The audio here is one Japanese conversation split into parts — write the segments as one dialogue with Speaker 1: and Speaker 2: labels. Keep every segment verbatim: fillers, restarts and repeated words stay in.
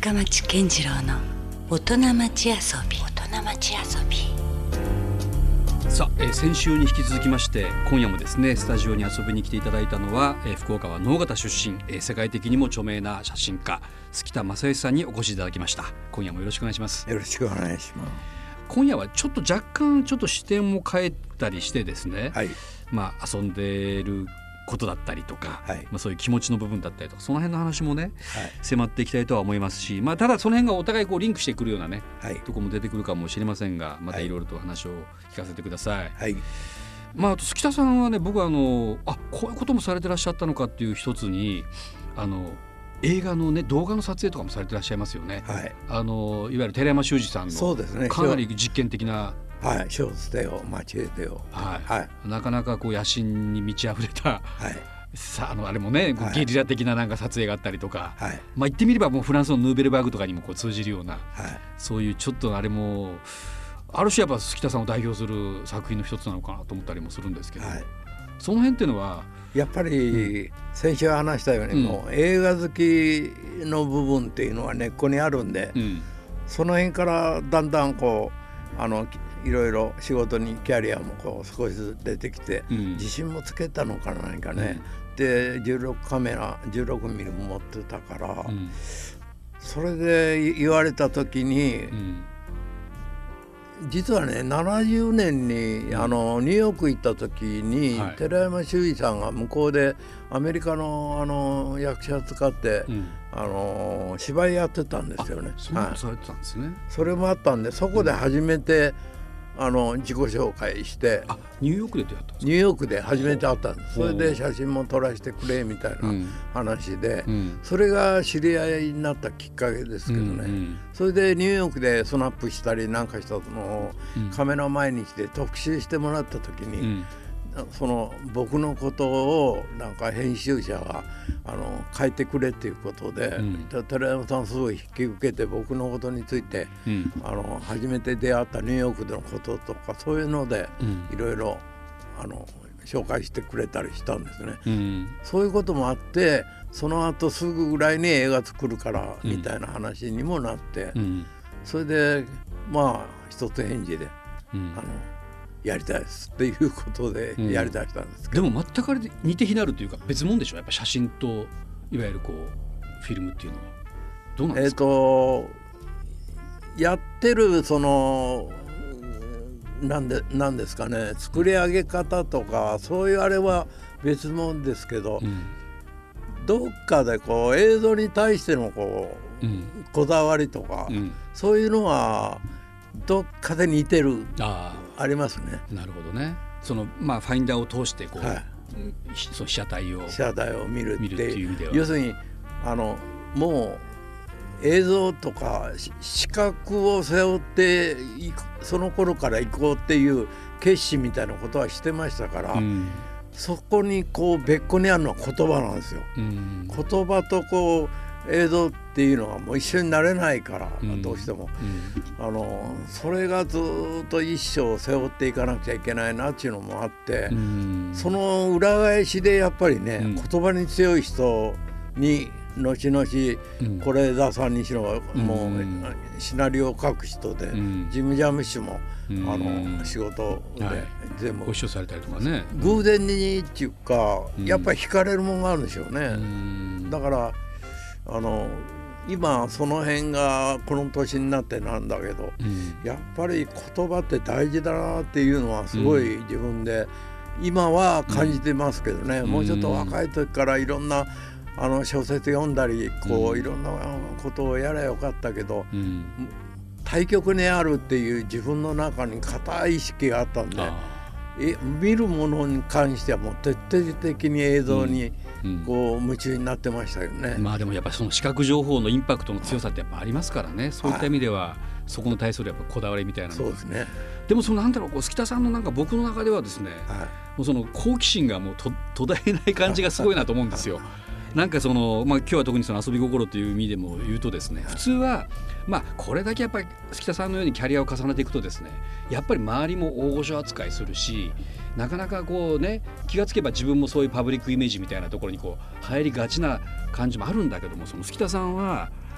Speaker 1: 深町健次郎の大人町遊び。大人町遊び。
Speaker 2: さあ、えー、先週に引き続きまして今夜もですねスタジオに遊びに来ていただいたのは、えー、福岡は直方出身、えー、世界的にも著名な写真家杉田正義さんにお越しいただきました。今夜もよろしくお願いします。
Speaker 3: よろしくお願いします。
Speaker 2: 今夜はちょっと若干ちょっと視点も変えたりしてですね、
Speaker 3: はい、
Speaker 2: まあ、遊んでいることだったりとか、
Speaker 3: はい、
Speaker 2: まあ、そういう気持ちの部分だったりとかその辺の話もね、はい、迫っていきたいとは思いますし、まあ、ただその辺がお互いこうリンクしてくるようなね、はい、とこも出てくるかもしれませんが、またいろいろと話を聞かせてください。はい、まあ、あと杉田さんはね、僕はあのあこういうこともされてらっしゃったのかっていう一つに、あの映画のね動画の撮影とかもされてらっしゃいますよね。はい、あのいわゆる寺山修司さんのそうですね、かなり実験的な、
Speaker 3: はい、小説でよ街へ出よ、
Speaker 2: はいはい、なかなかこう野心に満ち溢れた、はい、さあのあれもね、はい、ゲリラ的ななんか撮影があったりとか、はい、まあ、言ってみればもうフランスのヌーベルバーグとかにもこう通じるような、はい、そういうちょっとあれもある種やっぱ杉田さんを代表する作品の一つなのかなと思ったりもするんですけど、はい、その辺っていうのは
Speaker 3: やっぱり先週話したように、うん、もう映画好きの部分っていうのは根っこにあるんで、うん、その辺からだんだんこうあのいろいろ仕事にキャリアもこう少しずつ出てきて、うん、自信もつけたのか何かね、うん、でじゅうろくカメラじゅうろくミリも持ってたから、うん、それで言われた時に、うん、実はねななじゅうねんにあのニューヨーク行った時に、はい、寺山修司さんが向こうでアメリカの、あの役者使って、うん、あの芝居やってたんですよね。
Speaker 2: そういうことされてたんですね。
Speaker 3: はい、それもあったんでそこで初めて、うん、あの自己紹介して、
Speaker 2: あニューヨークで出会ったんですか。
Speaker 3: ニューヨークで初めて会ったんです。それで写真も撮らせてくれみたいな話で、うん、それが知り合いになったきっかけですけどね、うんうん、それでニューヨークでスナップしたりなんかしたのをカメラ前に来て特集してもらった時に、うん、その僕のことをなんか編集者があの書いてくれっていうことで、うん、寺山さんすごい引き受けて僕のことについて、うん、あの初めて出会ったニューヨークでのこととかそういうのでいろいろあの紹介してくれたりしたんですね。うん、そういうこともあってその後すぐぐらいに映画作るからみたいな話にもなって、うん、それでまあ一つ返事で、うん、あのやりたいですっていうことでやりたいしたんですけど、
Speaker 2: うん、でも全くあれで似て非なるというか別物でしょ。やっぱ写真といわゆるこうフィルムっていうのはどうなんですか。えーと
Speaker 3: やってるそのなんでなんですかね作り上げ方とかそういうあれは別物ですけど、うん、どっかでこう映像に対してのこう、うん、こだわりとか、うん、そういうのはどっかで似てる あ, ありますね。
Speaker 2: なるほどね。そのまあファインダーを通してこう、はい、その被写体を
Speaker 3: 被写体を見るって
Speaker 2: 見るっていう意味では
Speaker 3: 要するにあのもう映像とか視覚を背負っていくその頃から行こうっていう決心みたいなことはしてましたから、うん、そこにこう別個にあるのは言葉なんですよ。うん、言葉とこう映像っていうのはもう一緒になれないから、うん、どうしても、うん、あのそれがずっと一生背負っていかなくちゃいけないなっていうのもあって、うん、その裏返しでやっぱりね、うん、言葉に強い人に後々是枝さんにしろ、うん、もうシナリオを書く人で、うん、ジム・ジャムシュも、うん、あの仕事で、はい、全部
Speaker 2: ご一緒されたりとかね、
Speaker 3: 偶然にっていうか、うん、やっぱり惹かれるものがあるんでしょうね。うん、だからあの今その辺がこの年になってなんだけど、うん、やっぱり言葉って大事だなっていうのはすごい自分で今は感じてますけどね、うん、もうちょっと若い時からいろんなあの小説読んだりこう、うん、いろんなことをやればよかったけど、うん、対極にあるっていう自分の中に固い意識があったんで、え見るものに関してはもう徹底的に映像にこう夢中になってましたよね。
Speaker 2: まあでもやっぱりその視覚情報のインパクトの強さってやっぱありますからね。そういった意味ではそこに対するやっぱこだわりみたいなのが、
Speaker 3: そうですね。
Speaker 2: でもそのなんだろう、こう杉田さんのなんか僕の中ではですね、はい、もうその好奇心がもうと途絶えない感じがすごいなと思うんですよ。なんかその、まあ、今日は特にその遊び心という意味でも言うとですね、普通は、まあ、これだけやっぱり杉田さんのようにキャリアを重ねていくとですね、やっぱり周りも大御所扱いするし、なかなかこうね、気がつけば自分もそういうパブリックイメージみたいなところにこう入りがちな感じもあるんだけども、その杉田さんは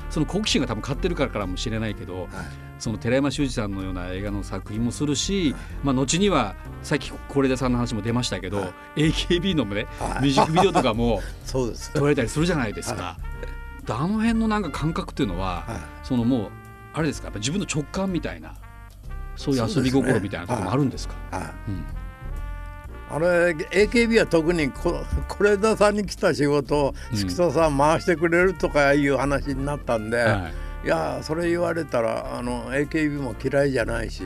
Speaker 2: その好奇心が多分買ってるからかもしれないけど、はい、その寺山修司さんのような映画の作品もするし、はい、まあ、後にはさっき是枝さんの話も出ましたけど、はい、エーケービー の、ね、はい、ミュージックビデオとかもそうです撮られたりするじゃないですか、はい、あの辺のなんか感覚っていうのは、はい、そのもうあれですか、やっぱ自分の直感みたいな、そういう遊び心みたいなところもあるんですか。
Speaker 3: あれ エーケービー は特に是枝さんに来た仕事を月田さん回してくれるとかいう話になったんで、うん、はい、いやそれ言われたらあの エーケービー も嫌いじゃないし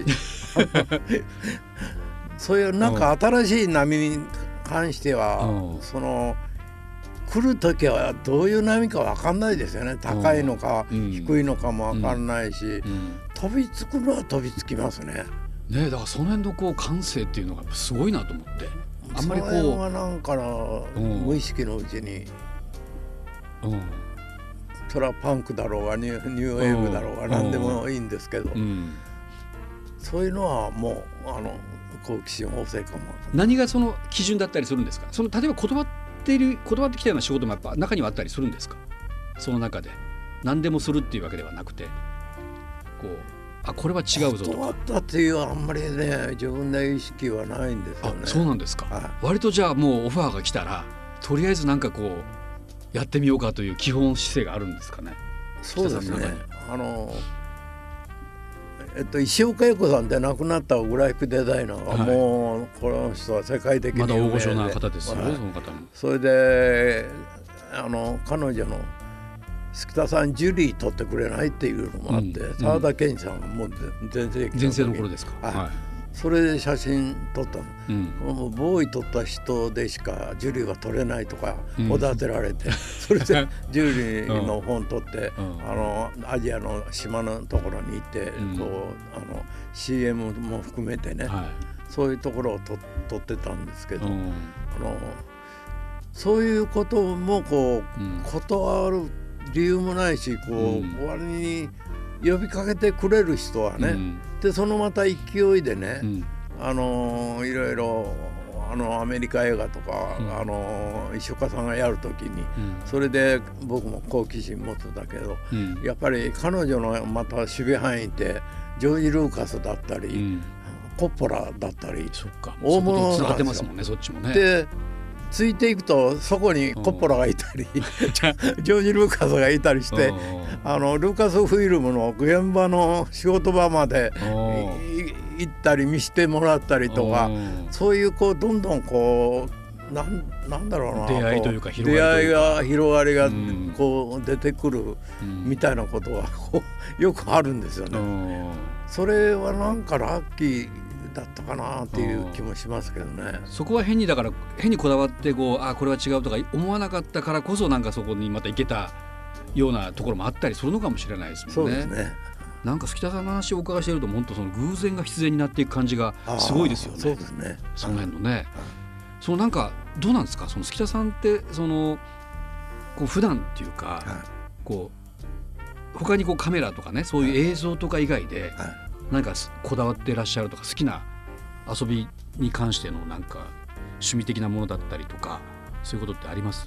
Speaker 3: そういうなんか新しい波に関しては、うん、その来る時はどういう波か分かんないですよね。高いのか、うん、低いのかも分かんないし、うんうん、飛びつくのは飛びつきますね。
Speaker 2: ね、だからその辺のこう感性っていうのがすごいなと思って、
Speaker 3: あんまりこうそれはなんかな、うん、無意識のうちに、うん、それはパンクだろうがニュー、ニューウェーブだろうが何でもいいんですけど、うん、そういうのはもうあの好奇心旺盛かも。
Speaker 2: 何がその基準だったりするんですか。その例えば断っている断ってきたような仕事もやっぱ中にはあったりするんですか。その中で何でもするっていうわけではなくて、こうあこれは違うぞとか。
Speaker 3: 断ったっていうあんまりね自分で意識はないんですよね。
Speaker 2: あ、そうなんですか、はい、割とじゃあもうオファーが来たらとりあえずなんかこうやってみようかという基本姿勢があるんですかね。
Speaker 3: そうですね、あのえっと、石岡英子さんって亡くなったグラフィックデザイナーが、はい、もうこの人は世界的に有名で
Speaker 2: まだ大御所な方ですよね、はい、その方も。
Speaker 3: それであの彼女の月田さんジュリー取ってくれないっていうのもあって、澤、うん、田研二さんがもう全盛期
Speaker 2: 全盛の頃ですか、
Speaker 3: はい、それで写真撮ったの、うん、もうボーイ撮った人でしかジュリーは撮れないとかおだてられて、うん、それでジュリーの本撮って、うん、あのアジアの島のところに行って、うん、こうあの シーエム も含めてね、はい、そういうところを撮撮ってたんですけど、うん、あのそういうこともこう、うん、断る理由もないし、こう、うん、終わりに呼びかけてくれる人はね、うん、でそのまた勢いでね、うん、あのいろいろあのアメリカ映画とか、うん、あの石岡さんがやるときに、うん、それで僕も好奇心持つんだけど、うん、やっぱり彼女のまた守備範囲ってジョージ・ルーカスだったり、うん、コッポラだったり、
Speaker 2: そっか、大物なんですよ。ますもんね、そっちもね。
Speaker 3: でついていくとそこにコッポラがいたりジョージ・ルーカスがいたりしてあのルーカスフィルムの現場の仕事場まで行ったり見せてもらったりとか、そういうこうどんどんこうなん、なんだろうな、
Speaker 2: 出会いというか広
Speaker 3: がりというか、出会いが広がりがこう出てくるみたいなことはよくあるんですよね。それはなんかラッキーだったかなっていう気もしますけどね。
Speaker 2: そこは変にだから変にこだわってこうあこれは違うとか思わなかったからこそなんかそこにまた行けたようなところもあったりするのかもしれないですもんね。
Speaker 3: そうですね。
Speaker 2: なんか月田さんの話をお伺いしていると本当その偶然が必然になっていく感じがすごいですよね。
Speaker 3: そうですね。
Speaker 2: その辺のね。そのなんかどうなんですか、その月田さんってそのこう普段っていうか、はい、こう他にこうカメラとかねそういう映像とか以外で、はい、何かこだわってらっしゃるとか好きな遊びに関してのなんか趣味的なものだったりとかそういうことってあります？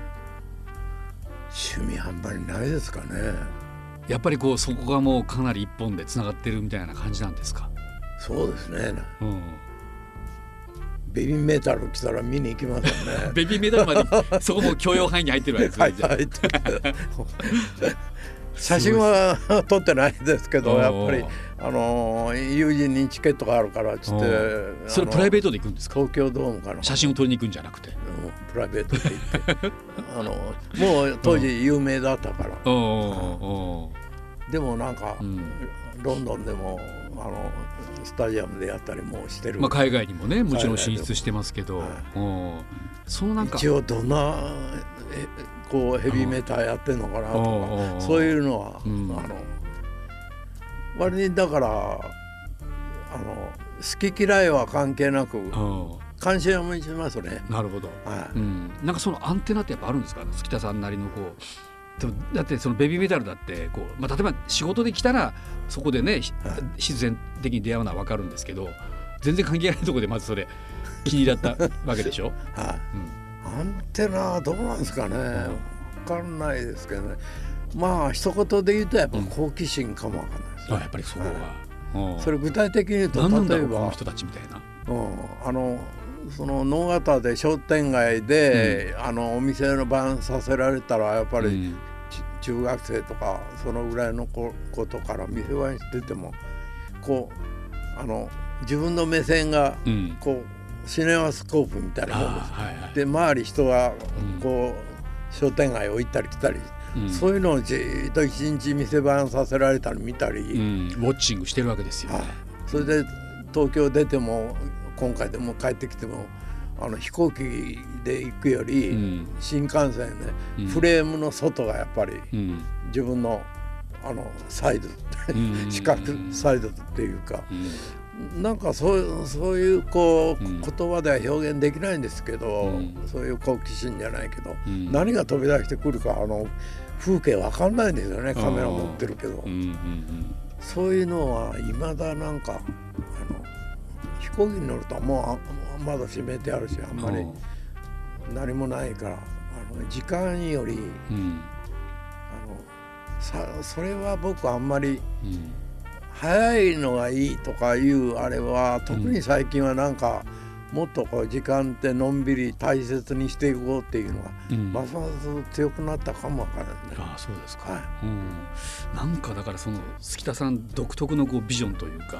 Speaker 3: 趣味あんまりないですかね。
Speaker 2: やっぱりこうそこがもうかなり一本でつながってるみたいな感じなんですか？
Speaker 3: そうですね、うん、ベビーメタル来たら見に行きますよね
Speaker 2: ベビーメタルまでそこも許容範囲に入ってるわけですね
Speaker 3: 入ってる写真は撮ってないですけどやっぱりあの友人にチケットがあるからつって
Speaker 2: それプライベートで行くんですか？
Speaker 3: 東京ドームかな。写
Speaker 2: 真を撮りに行くんじゃなくて、うん、
Speaker 3: プライベートで行ってあのもう当時有名だったからでもなんか、うん、ロンドンでもあのスタジアムでやったりもしてる、
Speaker 2: まあ、海外にもねもちろん進出してますけど、はい、そのなんか
Speaker 3: 一応どんなえこうヘビーメターやってんのかなとかそういうのは、うん、あの割にだからあの好き嫌いは関係なく関心を持ちますね。
Speaker 2: なるほど、はい、うん、なんかそのアンテナってやっぱあるんですか、月田さんなりのこう。でもだってそのベビーメタルだってこう、まあ、例えば仕事で来たらそこでね、はい、必然的に出会うのは分かるんですけど全然関係ないところでまずそれ気に入ったわけでしょはい、
Speaker 3: うん、アンテナどうなんですかね、分かんないですけどね。 まあ一言で言うとやっぱ好奇心かもわかんないです、ね、
Speaker 2: うん、あやっぱりそこは、
Speaker 3: はい、それ具体的に言うと
Speaker 2: 何なんだ
Speaker 3: 例えば
Speaker 2: ろうこの人たちみたいな、
Speaker 3: うん、あのその能形で商店街で、うん、あのお店の番させられたらやっぱり、うん、中学生とかそのぐらいの子ことから店番にしててもこうあの自分の目線がこう、うん、シネマスコープみたいなもんです、はいはい、で周り人がこう、商店街を行ったり来たり、うん、そういうのをじっと一日店番させられたり見たり、うん、
Speaker 2: ウォッチングしてるわけですよね、はい、
Speaker 3: それで東京出ても今回でも帰ってきてもあの飛行機で行くより、うん、新幹線で、うん、フレームの外がやっぱり、うん、自分のあのサイド視覚サイドっていうか、うん、なんかそうそういうこう、うん、言葉では表現できないんですけど、うん、そういう好奇心じゃないけど、うん、何が飛び出してくるかあの風景わかんないんですよね、カメラ持ってるけど、うんうんうん、そういうのはいまだなんかあの飛行機に乗るともう窓閉めてあるしあんまり何もないからあの時間より、うん、あのさそれは僕あんまり、うん、早いのがいいとかいうあれは特に最近はなんか、うん、もっとこう時間ってのんびり大切にしていこうっていうのが、うん、ますます強くなったかもわからないね。
Speaker 2: ああそうですか、はいうん、なんかだからその杉田さん独特のこうビジョンというか、はい、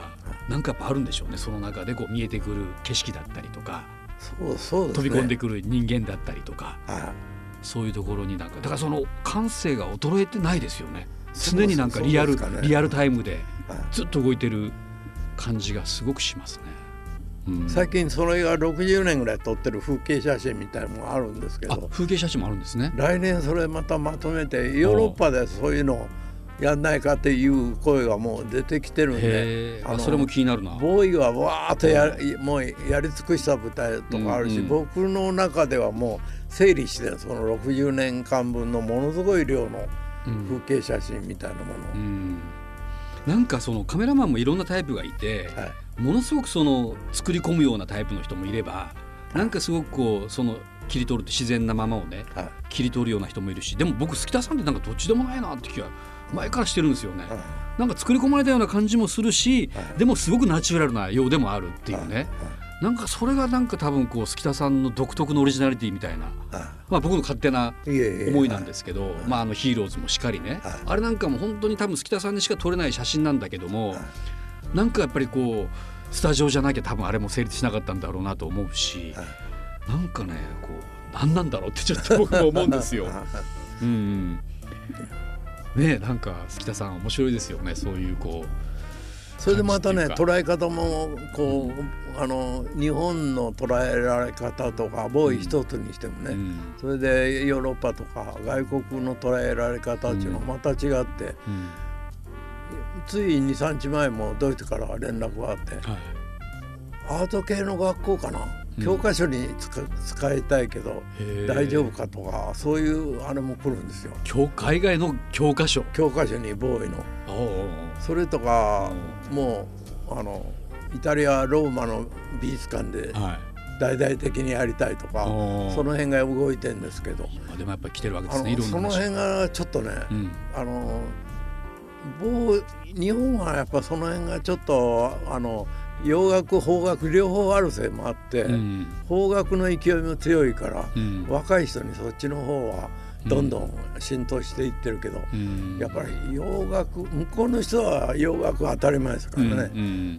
Speaker 2: なんかやっぱあるんでしょうね。その中でこう見えてくる景色だったりとか
Speaker 3: そうそうですね、
Speaker 2: 飛び込んでくる人間だったりとか、はい、そういうところになんかだからその感性が衰えてないですよね。常になんかリアル、ね、リアルタイムでずっと動いてる感じがすごくしますね、うん、
Speaker 3: 最近それがろくじゅうねんぐらい撮ってる風景写真みたいなのもあるんですけど、
Speaker 2: あ風景写真もあるんですね。
Speaker 3: 来年それまたまとめてヨーロッパでそういうのをやんないかっていう声がもう出てきてるんで、
Speaker 2: あのそれも気になるな。
Speaker 3: ボーイはわーっとや、うん、もうやり尽くした舞台とかあるし、うんうん、僕の中ではもう整理してそのろくじゅうねんかんぶんのものすごい量の風景写真みたいなもの、うん、
Speaker 2: なんかそのカメラマンもいろんなタイプがいて、はい、ものすごくその作り込むようなタイプの人もいれば、はい、なんかすごくこうその切り取ると自然なままをね、はい、切り取るような人もいるし、でも僕杉田さんってなんかどっちでもないなって気が前からしてるんですよね、はい、なんか作り込まれたような感じもするし、はい、でもすごくナチュラルなようでもあるっていうね、はいはい、なんかそれがなんか多分こう杉田さんの独特のオリジナリティみたいな、はいまあ、僕の勝手な思いなんですけど、はいまあ、あのヒーローズもしっかりね、はい、あれなんかも本当に多分杉田さんにしか撮れない写真なんだけども、はい、なんかやっぱりこうスタジオじゃなきゃ多分あれも成立しなかったんだろうなと思うし、はい、なんかねこう何なんだろうってちょっと僕も思うんですようん、うん、ねえなんか杉田さん面白いですよね。そういうこう
Speaker 3: それでまたね捉え方もこうあの日本の捉えられ方とかボーイ一つにしてもね、うん、それでヨーロッパとか外国の捉えられ方っていうのはまた違って、うんうん、ついに、さんにちまえもドイツから連絡があって、はい、アート系の学校かな、うん、教科書に使、使いたいけど大丈夫かとかそういうあれも来るんですよ。
Speaker 2: 海外の教科書
Speaker 3: 教科書にボーイのそれとかもうあのイタリアローマの美術館で大々的にやりたいとか、はい、その辺が動いてるんですけど
Speaker 2: 今でもやっぱり来てるわけですね。いろんな
Speaker 3: その辺がちょっとね、うん、あの日本はやっぱその辺がちょっとあの洋楽邦楽両方あるせいもあって、うん、邦楽の勢いも強いから、うん、若い人にそっちの方はどんどん浸透していってるけど、うん、やっぱり洋楽向こうの人は洋楽当たり前ですからね、うんうん、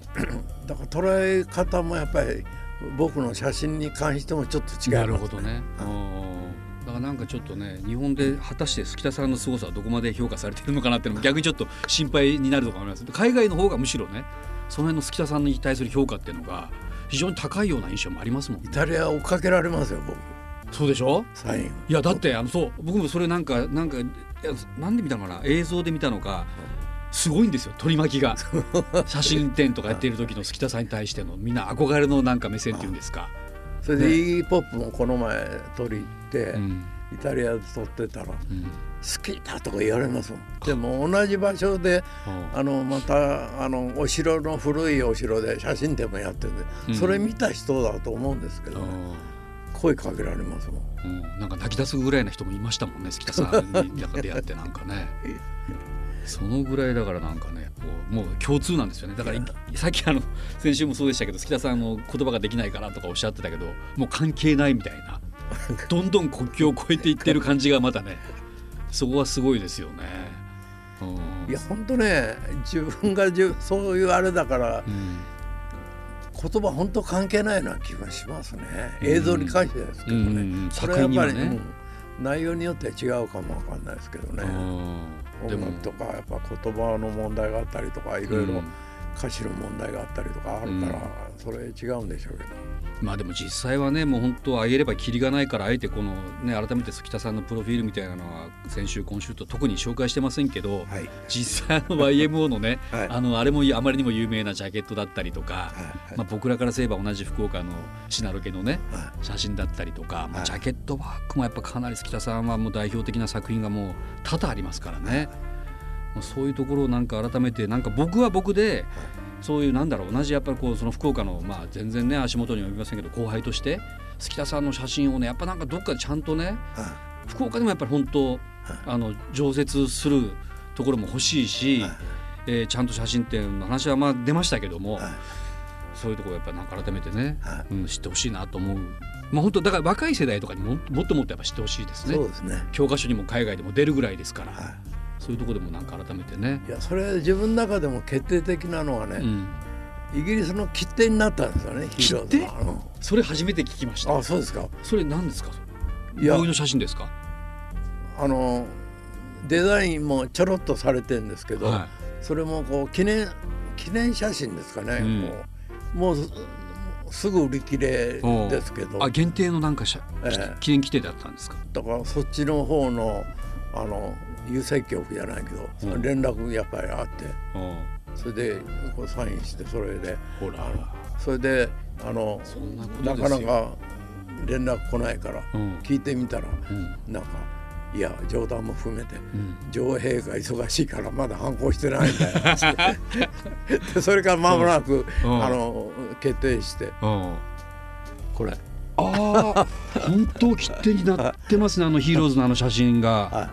Speaker 3: だから捉え方もやっぱり僕の写真に関してもちょっと違います、ね、
Speaker 2: なるほどね、だからなんかちょっとね日本で果たして杉田さんの凄さはどこまで評価されているのかなっていうのも逆にちょっと心配になるとか思います。海外の方がむしろねその辺の杉田さんに対する評価っていうのが非常に高いような印象もありますもん。
Speaker 3: イタリア追っかけられますよ僕。
Speaker 2: そうでしょ。
Speaker 3: サイン
Speaker 2: いやだってあのそう僕もそれなんかなんかいやなんで見たのかな映像で見たのかすごいんですよ取り巻きが写真展とかやっている時の杉田さんに対してのみんな憧れのなんか目線っていうんですか。
Speaker 3: それでイーポップもこの前撮り行って、うん、イタリアで撮ってたら、うん、好きだとか言われますもん。でも同じ場所であのまたあのお城の古いお城で写真展もやってて、うん、それ見た人だと思うんですけどね、 声かけられますもん、
Speaker 2: うん、なんか泣き出すぐらいの人もいましたもんね、月田さんに出会ってなんかねそのぐらいだからなんかねもう共通なんですよね。だからさっきあの先週もそうでしたけど、月田さんの言葉ができないからとかおっしゃってたけど、もう関係ないみたいなどんどん国境を越えていってる感じがまたねそこはすごいですよね。
Speaker 3: うん、いや本当ね、自分がじゅそういうあれだから、うん、言葉本当関係ないような気がしますね、うん、映像に関してですけどね、うん、それはやっぱり、ね、うん、内容によっては違うかもわかんないですけどね、音楽とかやっぱ言葉の問題があったりとかいろいろ歌詞の問題があったりとかあるから、それ違うんでしょうけど、
Speaker 2: まあでも実際はね、もう本当あげればキリがないから、あえてこのね改めて月田さんのプロフィールみたいなのは先週今週と特に紹介してませんけど、はい、実際の ワイエムオー のね、はい、あのあれもあまりにも有名なジャケットだったりとか、はいはい、まあ、僕らからすれば同じ福岡のシナロケのね、はい、写真だったりとか、まあ、ジャケットワークもやっぱかなり月田さんはもう代表的な作品がもう多々ありますからね、はい、そういうところをなんか改めてなんか僕は僕で、はい、そういうなんだろう、同じやっぱりこうその福岡の、まあ全然ね足元には及びませんけど後輩として月田さんの写真をねやっぱなんかどっかでちゃんとね、はい、福岡でもやっぱり本当、はい、あの常設するところも欲しいし、はい、えー、ちゃんと写真展の話はまあ出ましたけども、はい、そういうところやっぱなんか改めてね、はい、うん、知ってほしいなと思う。まあ、本当だから若い世代とかに も, もっともっとやっぱ知ってほしいですね。
Speaker 3: そうですね。
Speaker 2: 教科書にも海外でも出るぐらいですから、はい、そういうところでもなんか改めてね。
Speaker 3: いやそれ自分の中でも決定的なのはね、うん、イギリスの切手になったんですよね。
Speaker 2: ヒーローズは、うん、それ初めて聞きました。
Speaker 3: あ、そうですか。
Speaker 2: それ何ですか。いや、どういうの写真ですか。
Speaker 3: あのデザインもちょろっとされてるんですけど、はい、それもこう記念記念写真ですかね、うん、もうもうすぐ売り切れですけど、
Speaker 2: あ、限定のなんか、えー、記念規定だったんですか。
Speaker 3: だからそっちの方のあの郵政局じゃないけど、うん、連絡やっぱりあって、うん、それでこうサインして、それでほらそれであのなかなか連絡来ないから聞いてみたら、うん、なんかいや冗談も含めて、うん、女王陛下忙しいからまだ反抗してないんだよでそれから間もなく、うん、あの決定して、うん、これ
Speaker 2: ああ本当切手になってますね、あのヒーローズのあの写真が、はい、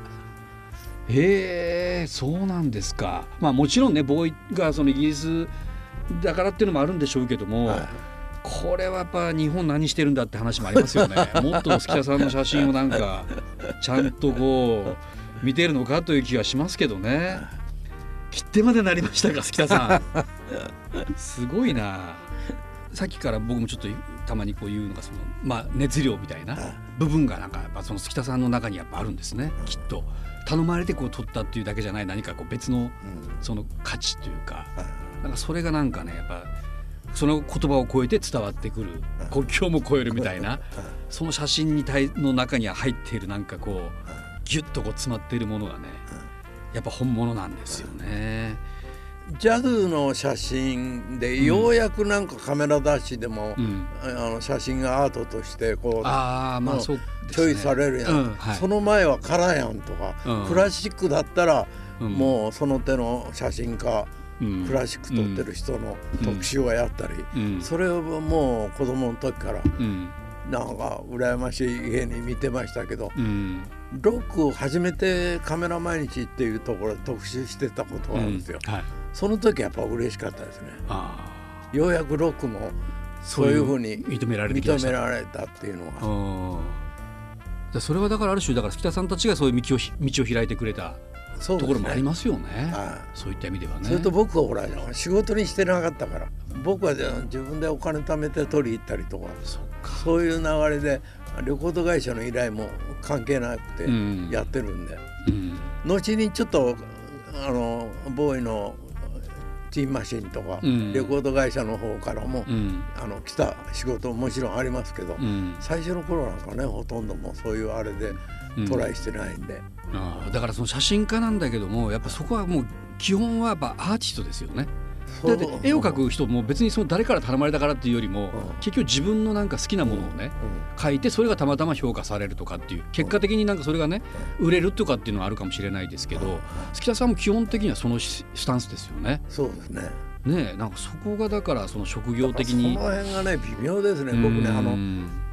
Speaker 2: へえ、そうなんですか。まあもちろんねボーイがそのイギリスだからっていうのもあるんでしょうけども、はい、これはやっぱ日本何してるんだって話もありますよねもっと月田さんの写真をなんかちゃんとこう見てるのかという気がしますけどね。切手までなりましたか、月田さんすごいな。さっきから僕もちょっとたまにこう言うのがその、まあ、熱量みたいな部分がなんかやっぱその月田さんの中にやっぱあるんですね、きっと。頼まれてこう取ったっていうだけじゃない、何かこう別のその価値というか、なんかそれがなんかねやっぱその言葉を超えて伝わってくる、国境も超えるみたいなその写真に対の中には入っているなんかこうギュッとこう詰まっているものがねやっぱ本物なんですよね。
Speaker 3: ジャズの写真でようやくなんかカメラ雑誌でも、うん、あの写真がアートとしてこう、
Speaker 2: あ、まあそうですね、
Speaker 3: チョイスされるやん、うん、はい、その前はカラーやんとか、うん、クラシックだったら、うん、もうその手の写真家、うん、クラシック撮ってる人の特集をやったり、うん、それをもう子供の時から、うん、なんか羨ましい家に見てましたけど、うん、ロックを初めてカメラ毎日っていうところで特集してたことがあるんですよ、うん、はい、その時やっぱ嬉しかったですね。あ、ようやくロックもそういうふうに認められてきました、認められたっていうのは。
Speaker 2: あ、それはだからある種だから月田さんたちがそういう道を、道を開いてくれたところもありますよね。はい、そういった意味ではね。
Speaker 3: それと僕はほら仕事にしてなかったから、僕は自分でお金貯めて取り行ったりとか、そっか、そういう流れでレコード会社の依頼も関係なくてやってるんで、うんうん、後にちょっとあのボーイのティーンマシンとか、うん、レコード会社の方からも、うん、あの来た仕事ももちろんありますけど、うん、最初の頃なんかねほとんどもうそういうあれでトライしてないんで、
Speaker 2: うん、あ、だからその写真家なんだけどもやっぱそこはもう基本はやっぱアーティストですよね。だって絵を描く人も別にその誰から頼まれたからっていうよりも、うん、結局自分のなんか好きなものをね、うん、描いてそれがたまたま評価されるとかっていう結果的になんかそれがね、うん、売れるとかっていうのはあるかもしれないですけど、うん、月田さんも基本的にはそのスタンスですよね。
Speaker 3: そうですね。
Speaker 2: ねえ、なんかそこがだからその職業的に
Speaker 3: その辺がね微妙ですね。僕ねあの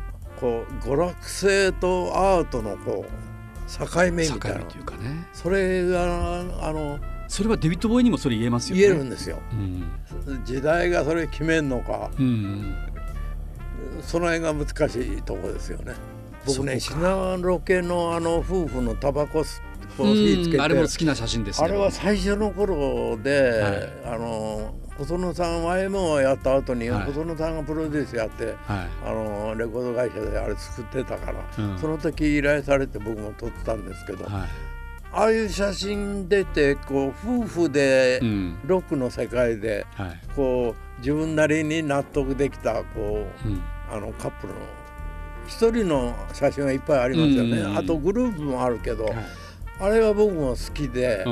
Speaker 3: こう娯楽性とアートのこう境目みたいな、
Speaker 2: 境目というかね、
Speaker 3: それがあの
Speaker 2: それはデビッド・ボーイにもそれ言えますよね。
Speaker 3: 言えるんですよ、
Speaker 2: うん、
Speaker 3: 時代がそれ決めんのか、
Speaker 2: うん、
Speaker 3: その辺が難しいところですよね。僕ね、シナロケのあの夫婦のタバコを火つけて、
Speaker 2: あれも好きな写真ですね。
Speaker 3: あれは最初の頃で、はい、あの細野さん ワイエムオー をやった後に、はい、細野さんがプロデュースやって、はい、あのレコード会社であれ作ってたから、うん、その時依頼されて僕も撮ってたんですけど、はい、ああいう写真出てこう夫婦でロックの世界で、うん、はい、こう自分なりに納得できたこう、うん、あのカップルの一人の写真がいっぱいありますよね、うんうんうん、あとグループもあるけど、はい、あれは僕も好きで、うん、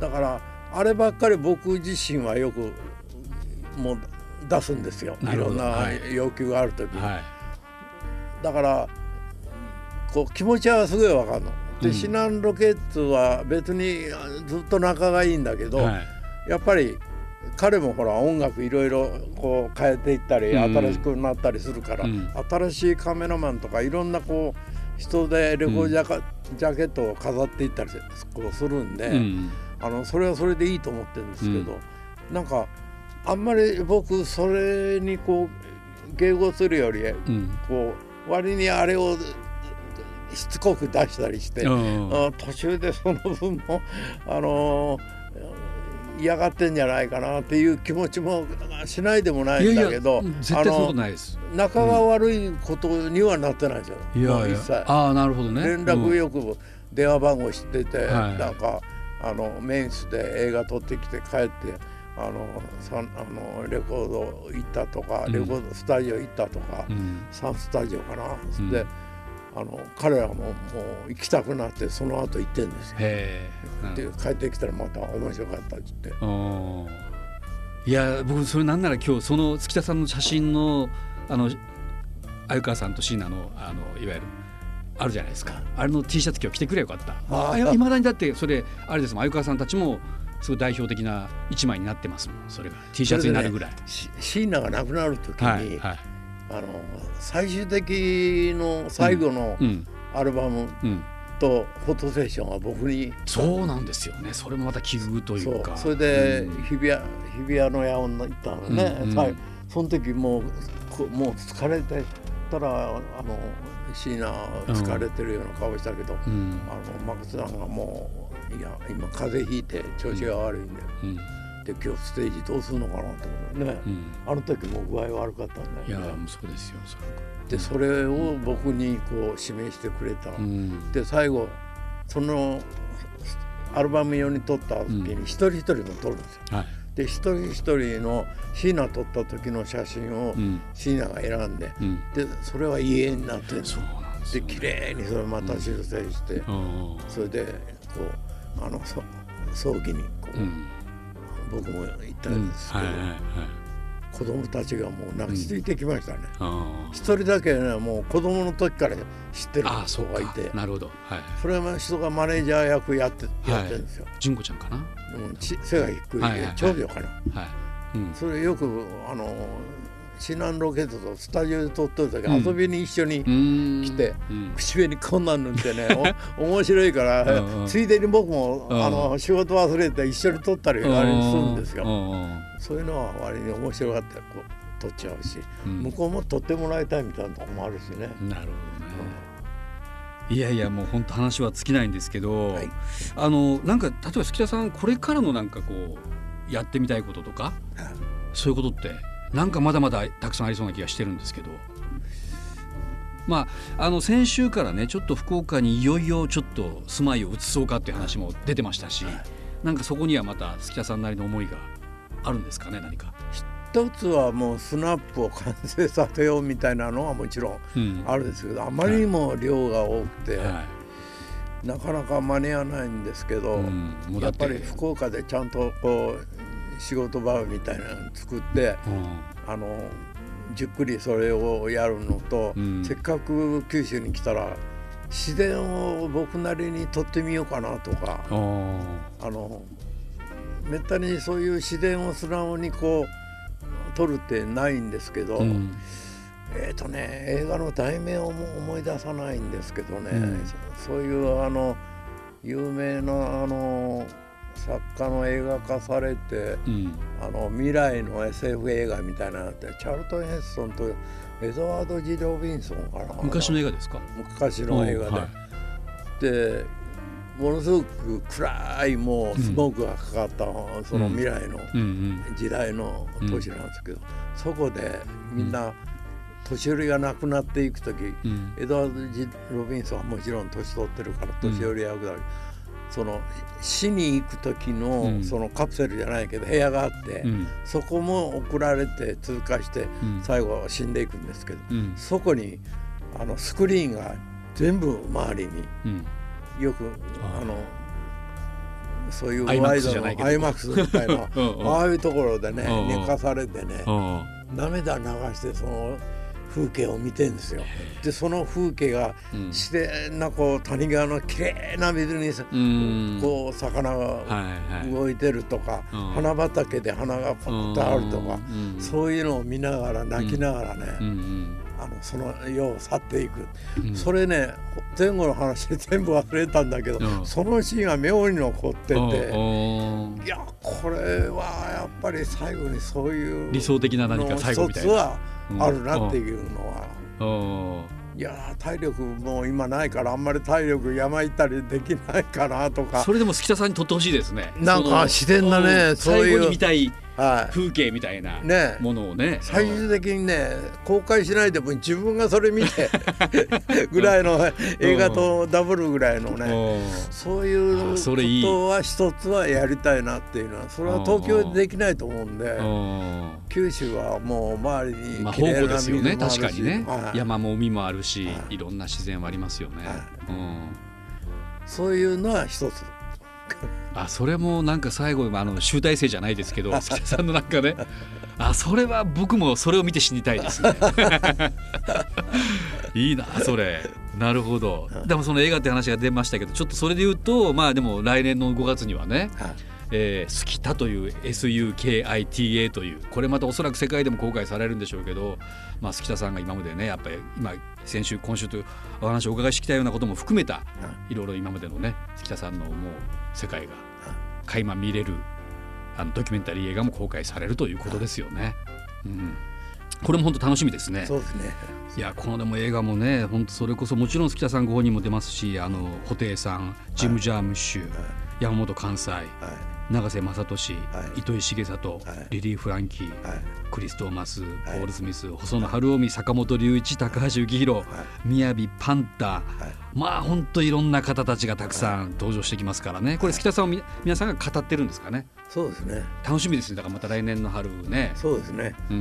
Speaker 3: だからあればっかり僕自身はよくもう出すんですよ、いろんな要求がある時に、はい、だからこう気持ちはすごい分かるので、うん、シナンロケッツは別にずっと仲がいいんだけど、はい、やっぱり彼もほら音楽いろいろこう変えていったり、うん、新しくなったりするから、うん、新しいカメラマンとかいろんなこう人でレコードジャカ、うん、ジャケットを飾っていったりこうするんで、うん、あのそれはそれでいいと思ってるんですけど、うん、なんかあんまり僕それにこう迎合するより、うん、こう割にあれをしつこく出したりして、うん、途中でその分もあのー嫌がってんじゃないかなっていう気持ちもしないでもないんだけど、いやいや
Speaker 2: 絶対そんなことないです。
Speaker 3: 仲が悪いことにはなってないですよ、
Speaker 2: うん、いやいや、ああなるほどね、
Speaker 3: 連絡よく電話番号知ってて、うん、なんかあのメイスで映画撮ってきて帰ってあのさあのレコード行ったとか、レコードスタジオ行ったとか、うん、サンスタジオかな、うん、であの彼らももう行きたくなってその後行ってんですよ。
Speaker 2: へ
Speaker 3: で帰ってきたらまた面白かったって言って。
Speaker 2: いや僕それなんなら今日その月田さんの写真のあの鮎川さんと椎名のあのいわゆるあるじゃないですか、あれの T シャツ今日着てくればよかった。あいまだにだってそれあれですもん、鮎川さんたちもすごい代表的な一枚になってますもん。それが T シャツになるぐらい。
Speaker 3: 椎名が亡くなる時に、はいはい、あの最終的の最後のアルバムとフォトセッションは僕に、うんうん、
Speaker 2: そうなんですよね。それもまた奇遇というか、
Speaker 3: そ, それで日比谷、日比谷の野音に行ったのね、うんうん、その時もう、もう疲れてたらあの椎名疲れてるような顔したけど、うん、あのマクさんがもういや今風邪ひいて調子が悪いんで、うんうん、で今日ステージどうするのかなと思ってね、うん、あの時も具合悪かったんだよね。
Speaker 2: いやもうそうですよ。それ
Speaker 3: でそれを僕にこう指名してくれた、うん、で最後そのアルバム用に撮った時に一人一人も撮るんですよ、うんはい、で一人一人の椎名撮った時の写真を椎名が選んで、うん、でそれは家になってるんですよ。で綺麗にそれまた修正して、うん、それでこうあの葬儀にこう、うん、僕も行ったんですけど、うんはいはいはい、子供たちがもう泣きついてきましたね。一、うん、人だけねもう子供の時から知ってる人がいて、
Speaker 2: なるほど、はい、
Speaker 3: それは人がマネージャー役やって、はい、やってるんですよ。
Speaker 2: 純子ちゃんかな、うん、
Speaker 3: 背が低い、はいはいはい、長女かな、はいうん、それよくあのシナンロケットとスタジオで撮ってる時、うん、遊びに一緒に来て、うん、口紅こんなん塗ってね面白いからついでに僕もあの仕事忘れて一緒に撮ったりあれするんですよ。そういうのは割に面白かったらこう撮っちゃうし、うん、向こうも撮ってもらいたいみたいなとこもあるしね。
Speaker 2: なるほどね、うん、いやいやもう本当話は尽きないんですけど、はい、あのなんか例えば月田さんこれからのなんかこうやってみたいこととか、はい、そういうことってなんかまだまだたくさんありそうな気がしてるんですけど、まああの先週からねちょっと福岡にいよいよちょっと住まいを移そうかっていう話も出てましたし、はい、なんかそこにはまた月田さんなりの思いがあるんですかね。何か
Speaker 3: 一つはもうスナップを完成させようみたいなのはもちろんあるんですけど、うん、あまりにも量が多くて、はい、なかなか間に合わないんですけど、うん、もうだってやっぱり福岡でちゃんとこう仕事場みたいなのを作って、うん、あのじっくりそれをやるのと、うん、せっかく九州に来たら自然を僕なりに撮ってみようかなとか、あのめったにそういう自然を素直にこう撮るってないんですけど、うん、 えーとね、映画の題名を思い出さないんですけどね、うん、そういうあの有名なあの作家の映画化されて、うん、あの未来の エスエフ 映画みたいなのってチャールトン・ヘッソンとエドワード・ジ・ロビンソンかな。
Speaker 2: 昔の映画ですか？
Speaker 3: 昔の映画で、はい、でものすごく暗いもうスモークがかかった、うん、その未来の時代の都市なんですけど、うん、そこでみんな年寄りが亡くなっていくとき、うん、エドワード・ジ・ロビンソンはもちろん年取ってるから年寄り役だけど、うん、その死に行く時の、うん、そのカプセルじゃないけど部屋があって、うん、そこも送られて通過して、うん、最後は死んでいくんですけど、うん、そこにあのスクリーンが全部周りに、うん、よくあのそういうワイドのアイマックスみたいなああいうところでね寝かされてね涙流してその風景を見てんですよ。でその風景が自然なこう谷川のきれいな水にこう魚が動いてるとか、花畑で花がパッとあるとか、そういうのを見ながら泣きながらね、あのその世を去っていく、それね前後の話で全部忘れたんだけど、そのシーンが妙に残ってて、いやこれはやっぱり最後にそういう
Speaker 2: 理想的な何か最後みたいな
Speaker 3: あるなっていうのは、いや体力もう今ないからあんまり体力山行ったりできないかなとか。
Speaker 2: それでも月田さんに撮ってほしいですね。
Speaker 3: なんか自然なね、
Speaker 2: そういう最後に見たい風景みたいなものをね、ね
Speaker 3: 最終的にね公開しないでも自分がそれ見てぐらいの映画とダブルぐらいのね、そういうことは一つはやりたいなっていうのは、それは東京でできないと思うんで、九州はもう周りに
Speaker 2: 綺麗な水もあるし、まあ、確かにね、はい、山も海もあるし、はい、いろんな自然はありますよね、はい、うん、
Speaker 3: そういうのは一つ。
Speaker 2: あ、それもなんか最後あの集大成じゃないですけど月田さんのなんかね、あ、それは僕もそれを見て死にたいですねいいなそれ。なるほど。でもその映画って話が出ましたけど、ちょっとそれで言うと、まあでも来年のごがつにはね、えー、スキタという エスユーケーアイティーエー という、これまたおそらく世界でも公開されるんでしょうけど、まあ、スキタさんが今までねやっぱり今先週今週とお話をお伺いしてきたようなことも含めたいろいろ今までのねスキタさんのもう世界が垣間見れるあのドキュメンタリー映画も公開されるということですよね、うん、これも本当楽しみですね。
Speaker 3: そうですね。
Speaker 2: いやこのでも映画もね本当それこそもちろんスキタさんご本人も出ますし、あの布袋さん、ジム・ジャームッシュ、はい、山本寛斎、はい、永瀬正敏、はい、糸井重里、はい、リリー・フランキー、はい、クリス・トーマス、はい、ポール・スミス、細野晴臣、坂本龍一、高橋幸宏、みやびパンタ、はい、まあ本当いろんな方たちがたくさん登場してきますからね。これスキタさんをみ皆さんが語ってるんですかね。
Speaker 3: そうですね。
Speaker 2: 楽しみですね。だからまた来年の春ね。
Speaker 3: そうですね、うん、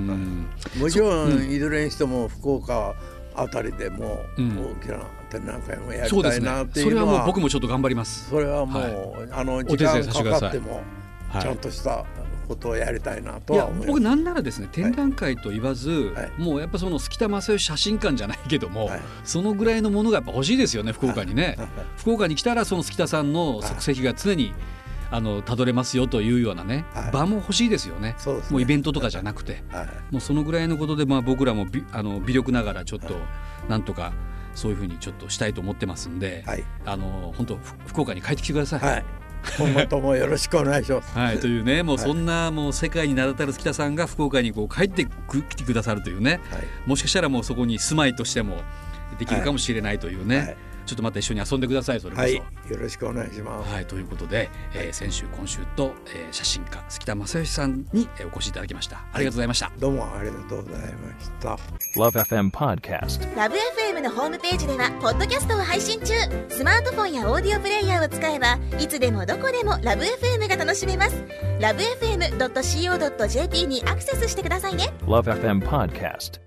Speaker 3: もちろん、うん、いずれにしても福岡あたりでも大きな展覧会もやりたいなっていうのは、うん、そうですね。それはもう僕もちょっと頑張ります。それはもう、はい、あの時間かかってもちゃんとしたことをやりたいなとは思います。
Speaker 2: いや僕なんならですね、展覧会と言わず、はい、もうやっぱそのスキタ正義写真館じゃないけども、はい、そのぐらいのものがやっぱ欲しいですよね、福岡にね、はい、福岡に来たらそのスキタさんの足跡が常にあのたどれますよというようなね、はい、場も欲しいですよね。そうですね。もうイベントとかじゃなくて、はい、もうそのぐらいのことで、まあ、僕らもびあの微力ながらちょっとなんとかそういうふうにちょっとしたいと思ってますんで、はい、あの本当福岡に帰ってきてください、はい、
Speaker 3: 今後ともよろしくお願いします、
Speaker 2: はい、というね、もうそんなもう世界に名だたるスキタさんが福岡にこう帰ってきてくださるというね、はい、もしかしたらもうそこに住まいとしてもできるかもしれないというね、はいはい、ちょっとまた一緒に遊んでください。それこそ、はい、よ
Speaker 3: ろしくお願いします、
Speaker 2: はい、ということで、えー、先週今週と、えー、写真家スキタ正義さんにお越しいただきました。ありがとうございました、はい、
Speaker 3: どうもありがとうございました。
Speaker 4: ラブエフエム Podcast。 ラブ エフエム のホームページではポッドキャストを配信中。スマートフォンやオーディオプレイヤーを使えばいつでもどこでもラブ エフエム が楽しめます。 ラブエフエムドットシーオードットジェーピー にアクセスしてくださいね。 ラブエフエム Podcast。